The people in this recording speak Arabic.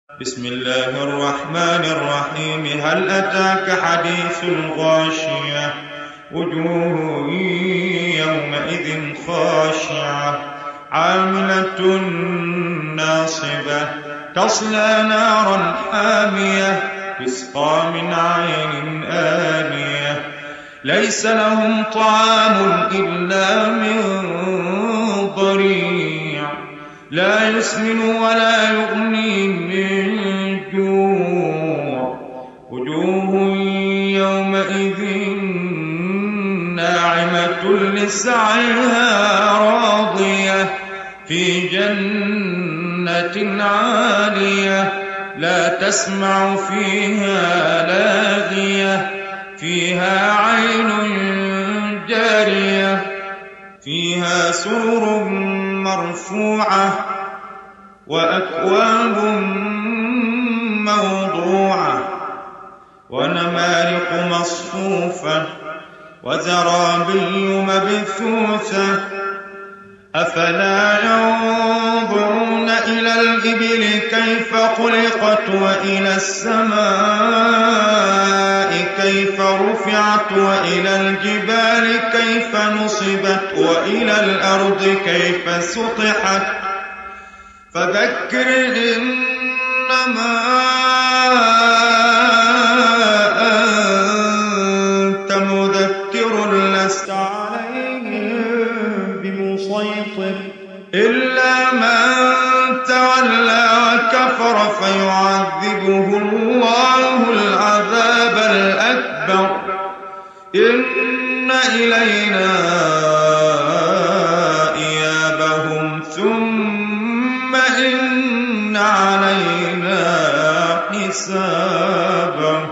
بسم الله الرحمن الرحيم. هل أتاك حديث الغاشية؟ وجوه يومئذ خاشعة عاملة ناصبة تصلى نارا حامية تسقى من عين آنية ليس لهم طعام إلا من ضريع لا يسمن ولا يغني من جوع وجوه يومئذ ناعمة لسعيها راضية في جنة عالية لا تسمع فيها لاغية فيها عين جارية فيها سرر مرفوعة وأكواب موضوعة ونمارق مصفوفة وزرابي مبثوثة أفلا ينظرون إلى الإبل كيف خلقت وإلى السماء كيف رفعت وإلى الجبال كيف نصبت وإلى الأرض كيف سطحت فذكر إنما أنت مذكر لست عليهم بمسيطر إلا من تولى وكفر فيعذبه الله العذاب الأكبر إن إلينا إيابهم ثم إن علينا حسابهم.